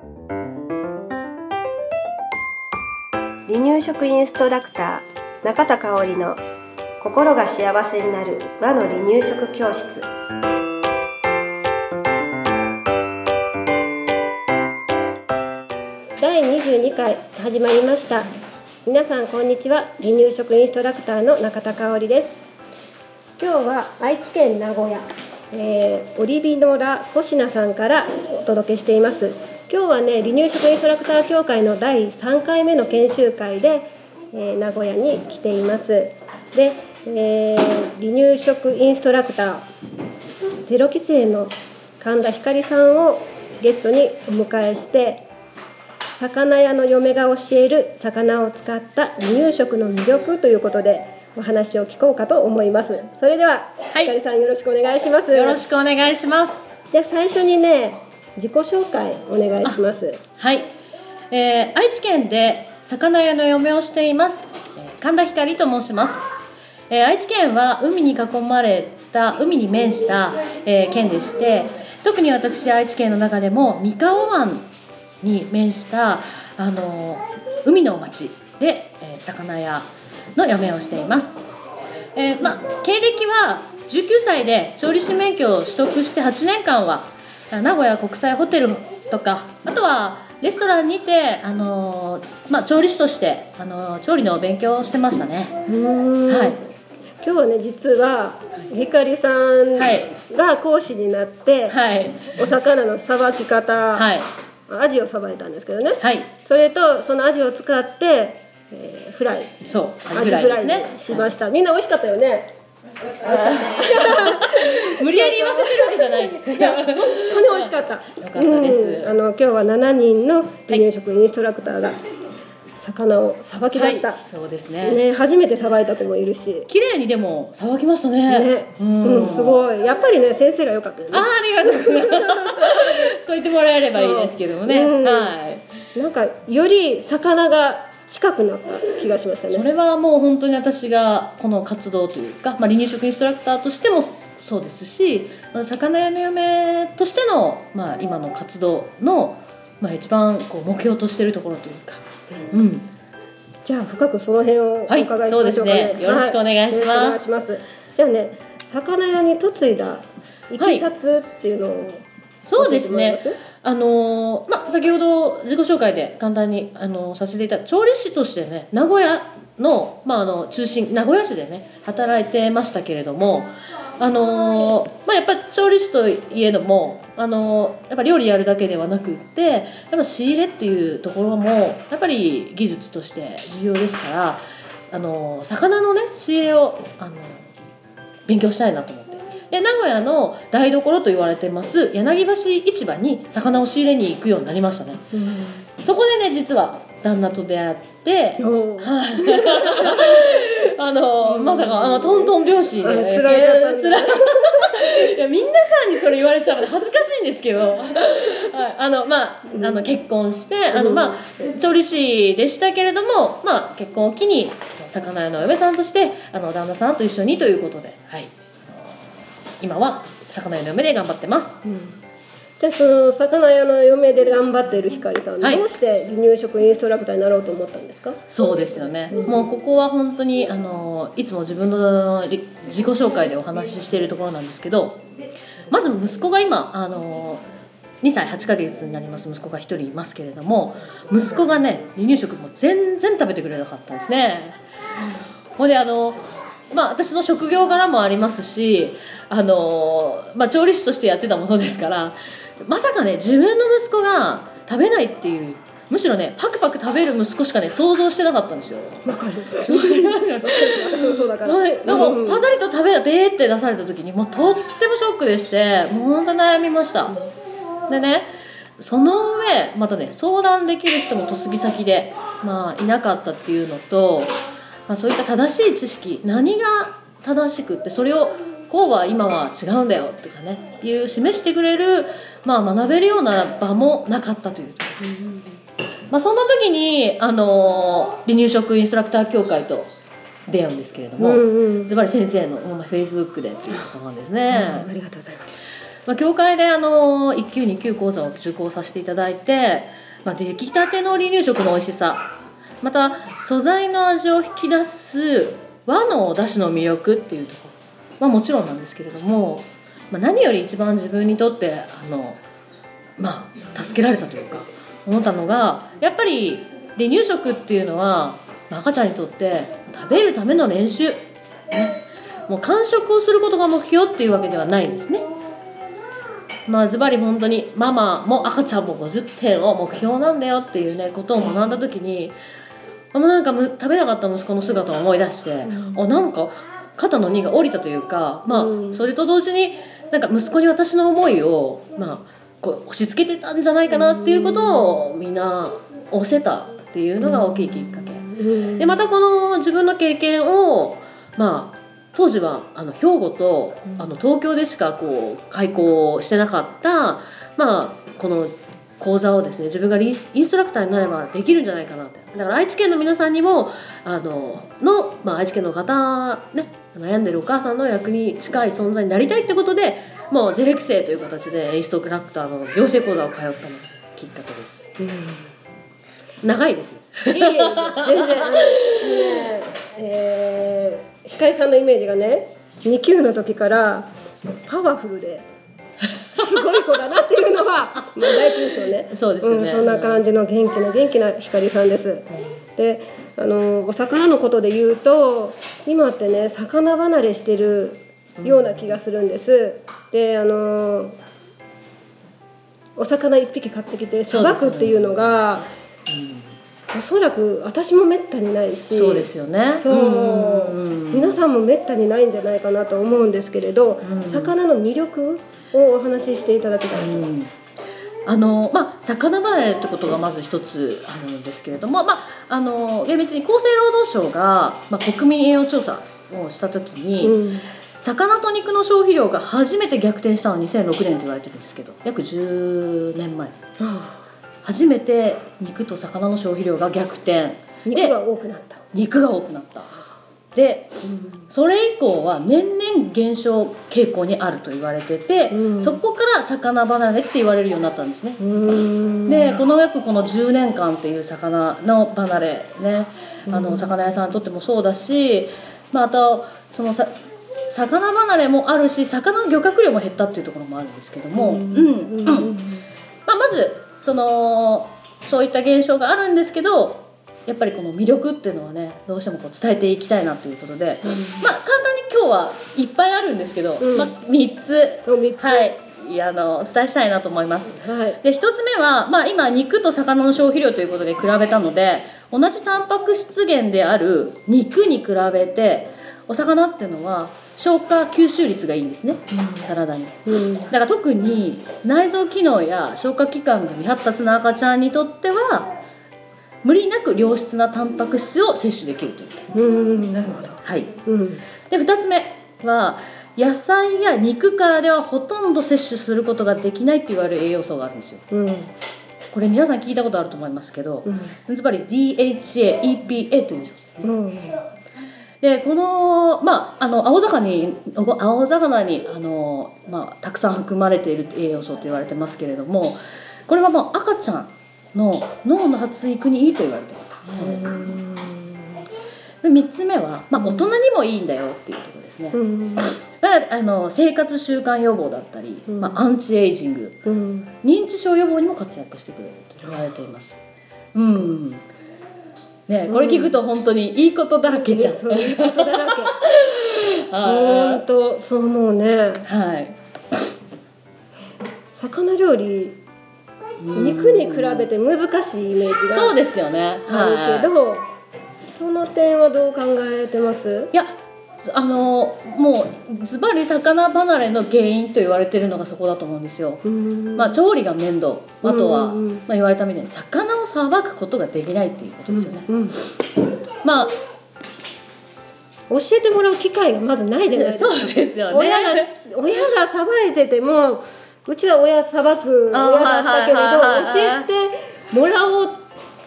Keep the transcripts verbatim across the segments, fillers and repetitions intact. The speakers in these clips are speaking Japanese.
離乳食インストラクター中田香織の心が幸せになる和の離乳食教室。だいにじゅうにかい始まりました。皆さんこんにちは。離乳食インストラクターの中田香織です。今日は愛知県名古屋、えー、オリビノラコシナさんからお届けしています。今日はね、離乳食インストラクター協会のだいさんかいめの研修会で、えー、名古屋に来ています。で、えー、離乳食インストラクターゼロ期生の神田ひかりさんをゲストにお迎えして、魚屋の嫁が教える魚を使った離乳食の魅力ということでお話を聞こうかと思います。それでは、はい、ひかりさんよろしくお願いします。 よろしくお願いします。 で、最初にね、自己紹介お願いします。 はい、えー、愛知県で魚屋の嫁をしています、えー、神田ひかりと申します。えー、愛知県は海に囲まれた海に面した、えー、県でして、特に私愛知県の中でも三河湾に面したあの海の町で、えー、魚屋の嫁をしています。えーま、経歴はじゅうきゅうさいで調理師免許を取得してはちねんかんは名古屋国際ホテルとか、あとはレストランにて、あのーま、調理師として、あのー、調理の勉強をしてましたね。 うーん、はい、今日はね、実はひかりさんが講師になって、はい、お魚のさばき方、はい、アジをさばいたんですけどね、はい、それとそのアジを使って、えー、フライ、 そうアジフライにしました。みんな美味しかったよね。 無理やり言わせてるわけじゃないです。 いや、本当に美味しかった。よかったです、 うん、あの今日はななにんの離乳食インストラクターが魚をさばきました、 はい、そうですね。 ね、初めてさばいた子もいるし、 綺麗にでもさばきましたね。ね、 うん、うん、すごい。やっぱりね、先生が良かったよね。 あ、ありがとうございます。そう言ってもらえればいいですけどもね、うん、はい、なんかより魚が近くなった気がしましたね。 それはもう本当に私がこの活動というか、まあ、離乳食インストラクターとしてもそうですし、魚屋の嫁としての、まあ、今の活動の、まあ、一番こう目標としているところというか、うんうん、 じゃあ深くその辺をお伺いしましょうかね。はい、そうですね。 よろしくお願いします。はい、 よろしくお願いします。じゃあね、魚屋に嫁いだいきさつっていうのを、はい、 そうですね。あのーまあ、先ほど自己紹介で簡単に、あのー、させていただいた調理師としてね、名古屋の、まあ、あの中心名古屋市でね働いてましたけれども、あのーまあ、やっぱり調理師といえども、あのー、やっぱ料理やるだけではなくって、やっぱ仕入れっていうところもやっぱり技術として重要ですから、あのー、魚のね仕入れを、あのー、勉強したいなと思って。で、名古屋の台所と言われてます柳橋市場に魚を仕入れに行くようになりましたね。うん、そこでね、実は旦那と出会って、あの、うん、まさかあのトントン拍子で、 つらい方に、 つらいいや、みんなさんにそれ言われちゃうので恥ずかしいんですけど、はい、あのまあ、あの結婚して、あの、まあ、調理師でしたけれども、まあ、結婚を機に魚屋の嫁さんとしてあの旦那さんと一緒にということで、はい、今は魚屋の嫁で頑張ってます。うん、 じゃあその魚屋の嫁で頑張っているひかりさん、はい、どうして離乳食インストラクターになろうと思ったんですか？ そうですよね、うん、もうここは本当にあのいつも自分の自己紹介でお話ししているところなんですけど、まず息子が今あのにさいはちかげつになります息子がひとりいますけれども、息子がね離乳食も全然食べてくれなかったんですね。ほんであの、まあ、私の職業柄もありますし、あのまあ、調理師としてやってたものですから、まさかね自分の息子が食べないっていう、むしろねパクパク食べる息子しかね想像してなかったんですよ。 わかる。 わかりますよ。 私もそうだから。 はい、でも、うん、パタリと食べベーって出された時にもうとってもショックでして、もう本当悩みました。でね、その上またね相談できる人も嫁ぎ先で、まあ、いなかったっていうのと、まあ、そういった正しい知識、何が正しくってそれをこうは今は違うんだよとかねいう示してくれる、まあ、学べるような場もなかったという、うんまあ、そんな時にあの離乳食インストラクター協会と出会うんですけれども、ズバリ先生のフェイスブックでっていうところなんですね。 うん、ありがとうございます。 まあ、教会であのいっ級に級講座を受講させていただいて、まあ、出来たての離乳食の美味しさ、また素材の味を引き出す和のお出汁の魅力っていうところはもちろんなんですけれども、まあ、何より一番自分にとってあの、まあ、助けられたというか思ったのが、やっぱり離乳食っていうのは、まあ、赤ちゃんにとって食べるための練習、ね、もう完食をすることが目標っていうわけではないんですね。まあズバリ本当にママも赤ちゃんもごじゅってんを目標なんだよっていうねことを学んだ時に、もうなんか食べなかった息子の姿を思い出して、うん、あなんか肩の荷が下りたというか、まあ、うん、それと同時になんか息子に私の思いを、まあ、こう押し付けてたんじゃないかなっていうことをみんな押せたっていうのが大きいきっかけ、うん、でまたこの自分の経験を、まあ、当時はあの兵庫と、うん、あの東京でしかこう開講してなかった、まあ、この講座をですね自分がインストラクターになればできるんじゃないかなって。だから愛知県の皆さんにもあのの、まあ、愛知県の方、ね、悩んでるお母さんの役に近い存在になりたいってことで、もうゼレク生という形でインストラクターの養成講座を通ったのがきっかけです、うん、長いですね。いえいえ全然あの、ねえー、ひかりさんのイメージがねに級の時からパワフルですごい子だなっていうのは第一印象ね。 そうですよね、 うん、そんな感じの元気な元気なひかりさんです、うん、であのお魚のことで言うと今ってね魚離れしてるような気がするんです、うん、であのお魚いっぴき買ってきてさばくっていうのがおそらく私もめったにないし、 そうですよね、 そう、うんうん、皆さんもめったにないんじゃないかなと思うんですけれど、うん、魚の魅力をお話ししていただきたいと、うん、 あのまあ、魚離れってことがまず一つあるんですけれども、まあ、あの厳密に厚生労働省が、まあ、国民栄養調査をした時に、うん、魚と肉の消費量が初めて逆転したのはにせんろくねんと言われてるんですけど、約じゅうねんまえ、ああ初めて肉と魚の消費量が逆転、 肉が多くなった肉が多くなったで、うん、それ以降は年々減少傾向にあると言われてて、うん、そこから魚離れって言われるようになったんですね。うんでこの約このじゅうねんかんっていう魚の離れね、あの魚屋さんにとってもそうだし、まあ、あとそのさ魚離れもあるし魚の漁獲量も減ったっていうところもあるんですけども、うんうんまあ、まずそのそういった現象があるんですけど、やっぱりこの魅力っていうのはねどうしてもこう伝えていきたいなということで、うん、まあ簡単に今日はいっぱいあるんですけど、うんまあ、みっつ、みっつはい、あのお伝えしたいなと思います、はい、でひとつめは、まあ、今肉と魚の消費量ということで比べたので、同じタンパク質源である肉に比べてお魚っていうのは消化吸収率がいいんですね、うん、体に、うん、だから特に内臓機能や消化器官が未発達な赤ちゃんにとっては無理なく良質なタンパク質を摂取できるという、うん、なるほど、はいうん、でふたつめは野菜や肉からではほとんど摂取することができないって言われる栄養素があるんですよ、うん、これ皆さん聞いたことあると思いますけど、うん、つまり ディーエイチエー、イーピーエー という、うんでこの、まあ、あの青魚に、青魚にあの、まあ、たくさん含まれている栄養素と言われてますけれども、これはもう赤ちゃんの脳の発育にいいと言われてます、うん、みっつめは、まあ、大人にもいいんだよっていうところですね、うん、あの生活習慣予防だったり、うんまあ、アンチエイジング、うん、認知症予防にも活躍してくれると言われています、うんね、これ聞くと本当にいいことだらけじゃん、うん、そういいことだらけ本当そう思うね、 はい、 魚料理肉に比べて難しいイメージがそうですよねあるけど、はい、その点はどう考えてます？ いやあのもうズバリ魚離れの原因と言われているのがそこだと思うんですよ、まあ、調理が面倒、あとは、まあ、言われたみたいに魚をさばくことができないっていうことですよね、うんうん、まあ教えてもらう機会がまずないじゃないですか。 そうですよね。 親が親がさばいててもうちは親さばく親だったけれど教えてもらおうっ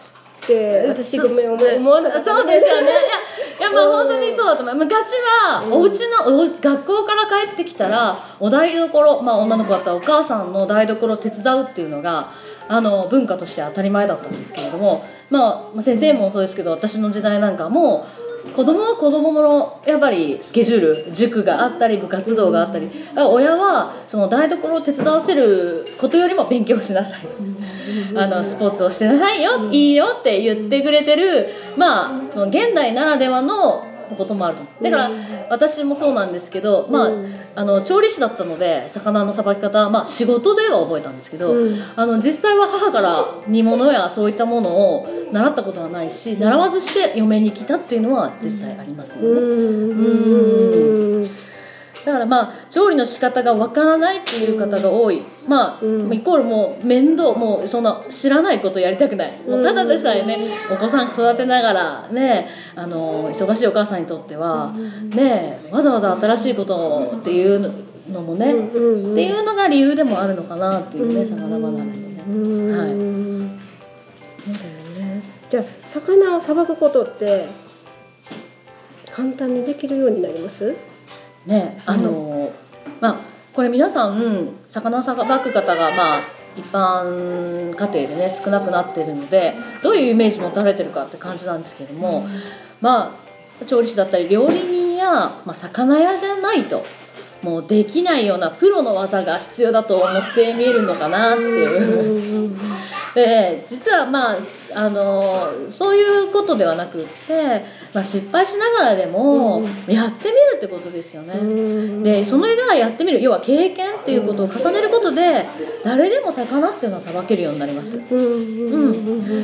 って私ごめん思思わなかった。 そうですよね。いやいやまあ本当にそうだと思う。昔はお家の、うん、学校から帰ってきたらお台所、まあ女の子だったらお母さんの台所を手伝うっていうのがあの文化として当たり前だったんですけれども、まあ先生もそうですけど私の時代なんかも子供は子供のやっぱりスケジュール、塾があったり部活動があったり、親はその台所を手伝わせることよりも勉強しなさい、あのスポーツをしてなさいよ、いいよって言ってくれてる、まあその現代ならではのこともあると。だから私もそうなんですけど、まあ、あの調理師だったので魚のさばき方は、まあ、仕事では覚えたんですけど、あの実際は母から煮物やそういったものを習ったことはないし、習わずして嫁に来たっていうのは実際ありますよね。うんだからまあ調理の仕方がわからないっていう方が多い、まあ、うん、イコールもう面倒、もうそんな知らないことやりたくない、もうただでさえねお子さん育てながらね、あの忙しいお母さんにとってはねわざわざ新しいことっていうのもね、っていうのが理由でもあるのかなっていうね、魚離れのね、はい、 そうだよね。じゃあ魚をさばくことって簡単にできるようになりますね、あの、うん、まあこれ皆さん魚さばく方がまあ一般家庭でね少なくなっているので、どういうイメージ持たれてるかって感じなんですけども、うん、まあ調理師だったり料理人や、まあ、魚屋じゃないともうできないようなプロの技が必要だと思って見えるのかなっていう、で実はまああのそういうことではなくって、まあ、失敗しながらでもやってみるってことですよね。でその間はやってみる、要は経験っていうことを重ねることで誰でも魚っていうのはさばけるようになります。うん、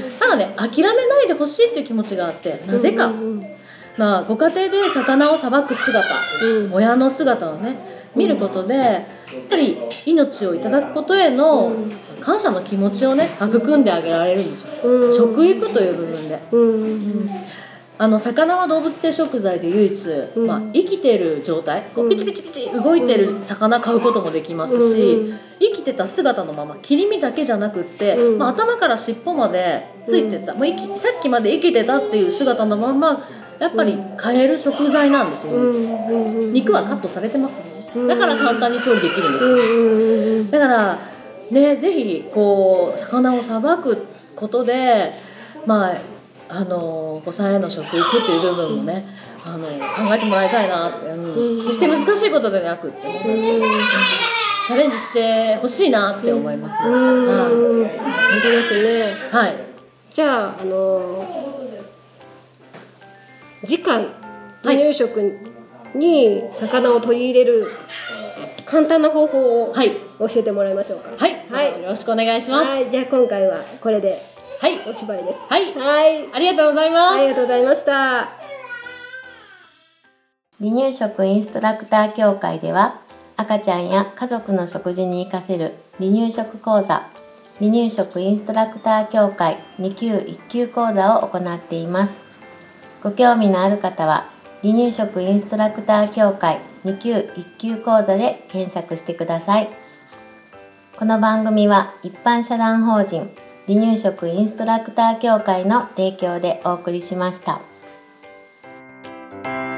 ただね諦めないでほしいっていう気持ちがあって、なぜかまあ、ご家庭で魚をさばく姿、うん、親の姿をね見ることでやっぱり命をいただくことへの感謝の気持ちをね育んであげられるんですよ、うん、食育という部分で、うんうん、あの魚は動物性食材で唯一、うんまあ、生きている状態、こうピチピチピチ動いてる魚買うこともできますし、うん、生きてた姿のまま切り身だけじゃなくって、うんまあ、頭から尻尾までついてた、うんまあ、生きさっきまで生きてたっていう姿のままやっぱり買える食材なんですよ、うん、肉はカットされてますね。だから簡単に調理できるんです、うん、だからねぜひこう魚をさばくことでまああのお子さんへの食育っていう部分もねあの考えてもらいたいなって、うん、決して難しいことでなくってね、うん、チャレンジしてほしいなって思います、ね。うん、 本当ですね。 はい。 じゃああの次回離乳食に魚を取り入れる簡単な方法を教えてもらいましょうか。 はい、はいはい、よろしくお願いします。 はい、じゃあ今回はこれでおしまいです。 はい、はい、ありがとうございます。 ありがとうございました。 離乳食インストラクター協会では赤ちゃんや家族の食事に活かせる離乳食講座、離乳食インストラクター協会に級いっ級講座を行っています。ご興味のある方は離乳食インストラクター協会に級いっ級講座で検索してください。この番組は一般社団法人離乳食インストラクター協会の提供でお送りしました。